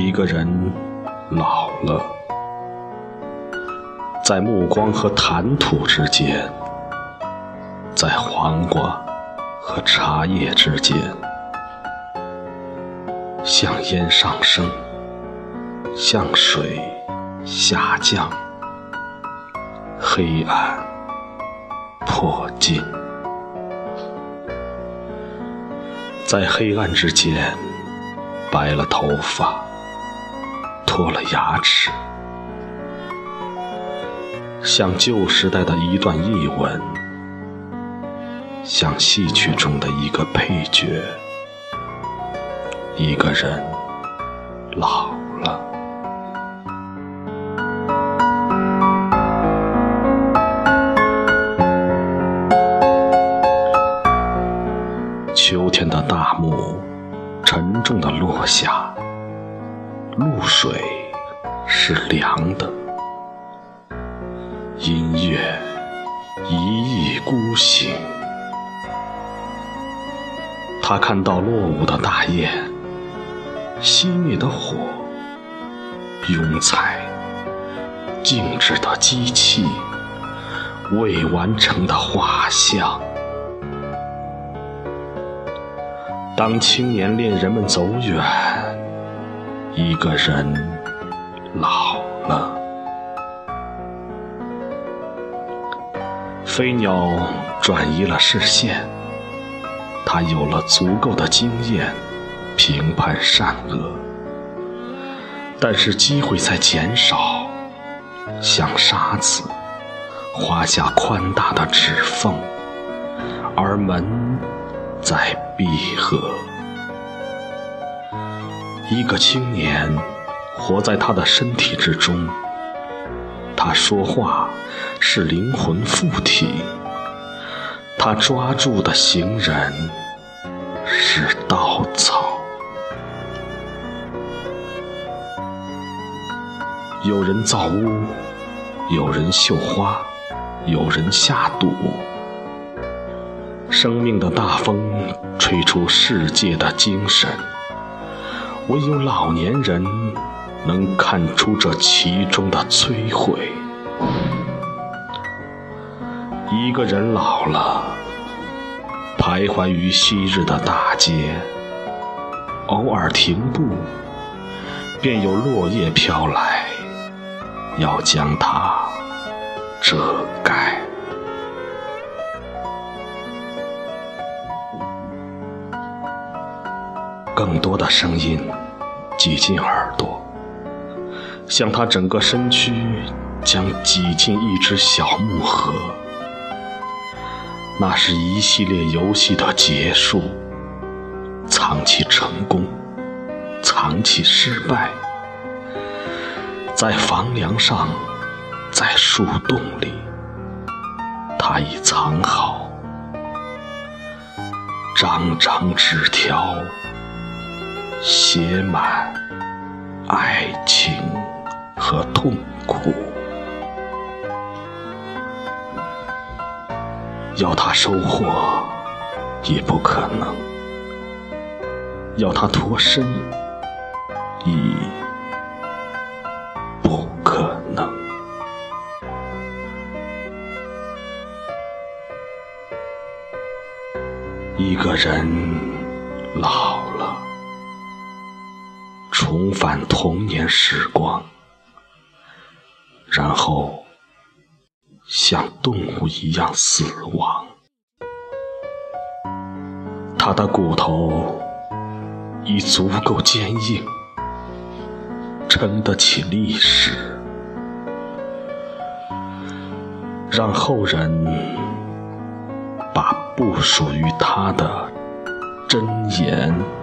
一个人老了，在目光和谈吐之间，在黄瓜和茶叶之间，向烟上升，向水下降，黑暗迫近，在黑暗之间白了头发，脱了牙齿，像旧时代的一段译文，像戏曲中的一个配角，一个人老了。秋天的大幕沉重地落下，露水是凉的，音乐一意孤行。他看到落伍的大雁，熄灭的火，庸才静止的机器，未完成的画像。当青年恋人们走远，一个人老了。飞鸟转移了视线，他有了足够的经验评判善恶，但是机会在减少，像沙子划下宽大的指缝，而门在闭合。一个青年活在他的身体之中，他说话是灵魂附体，他抓住的行人是稻草。有人造屋，有人绣花，有人下赌。生命的大风吹出世界的精神，唯有老年人能看出这其中的摧毁。一个人老了，徘徊于昔日的大街，偶尔停步，便有落叶飘来，要将它遮盖。更多的声音挤进耳朵，像他整个身躯将挤进一只小木盒。那是一系列游戏的结束，藏起成功，藏起失败，在房梁上，在树洞里，他已藏好。张张纸条写满爱情和痛苦，要他收获也不可能，要他脱身亦不可能。一个人老了，重返童年时光，然后像动物一样死亡。他的骨头已足够坚硬，撑得起历史，让后人把不属于他的箴言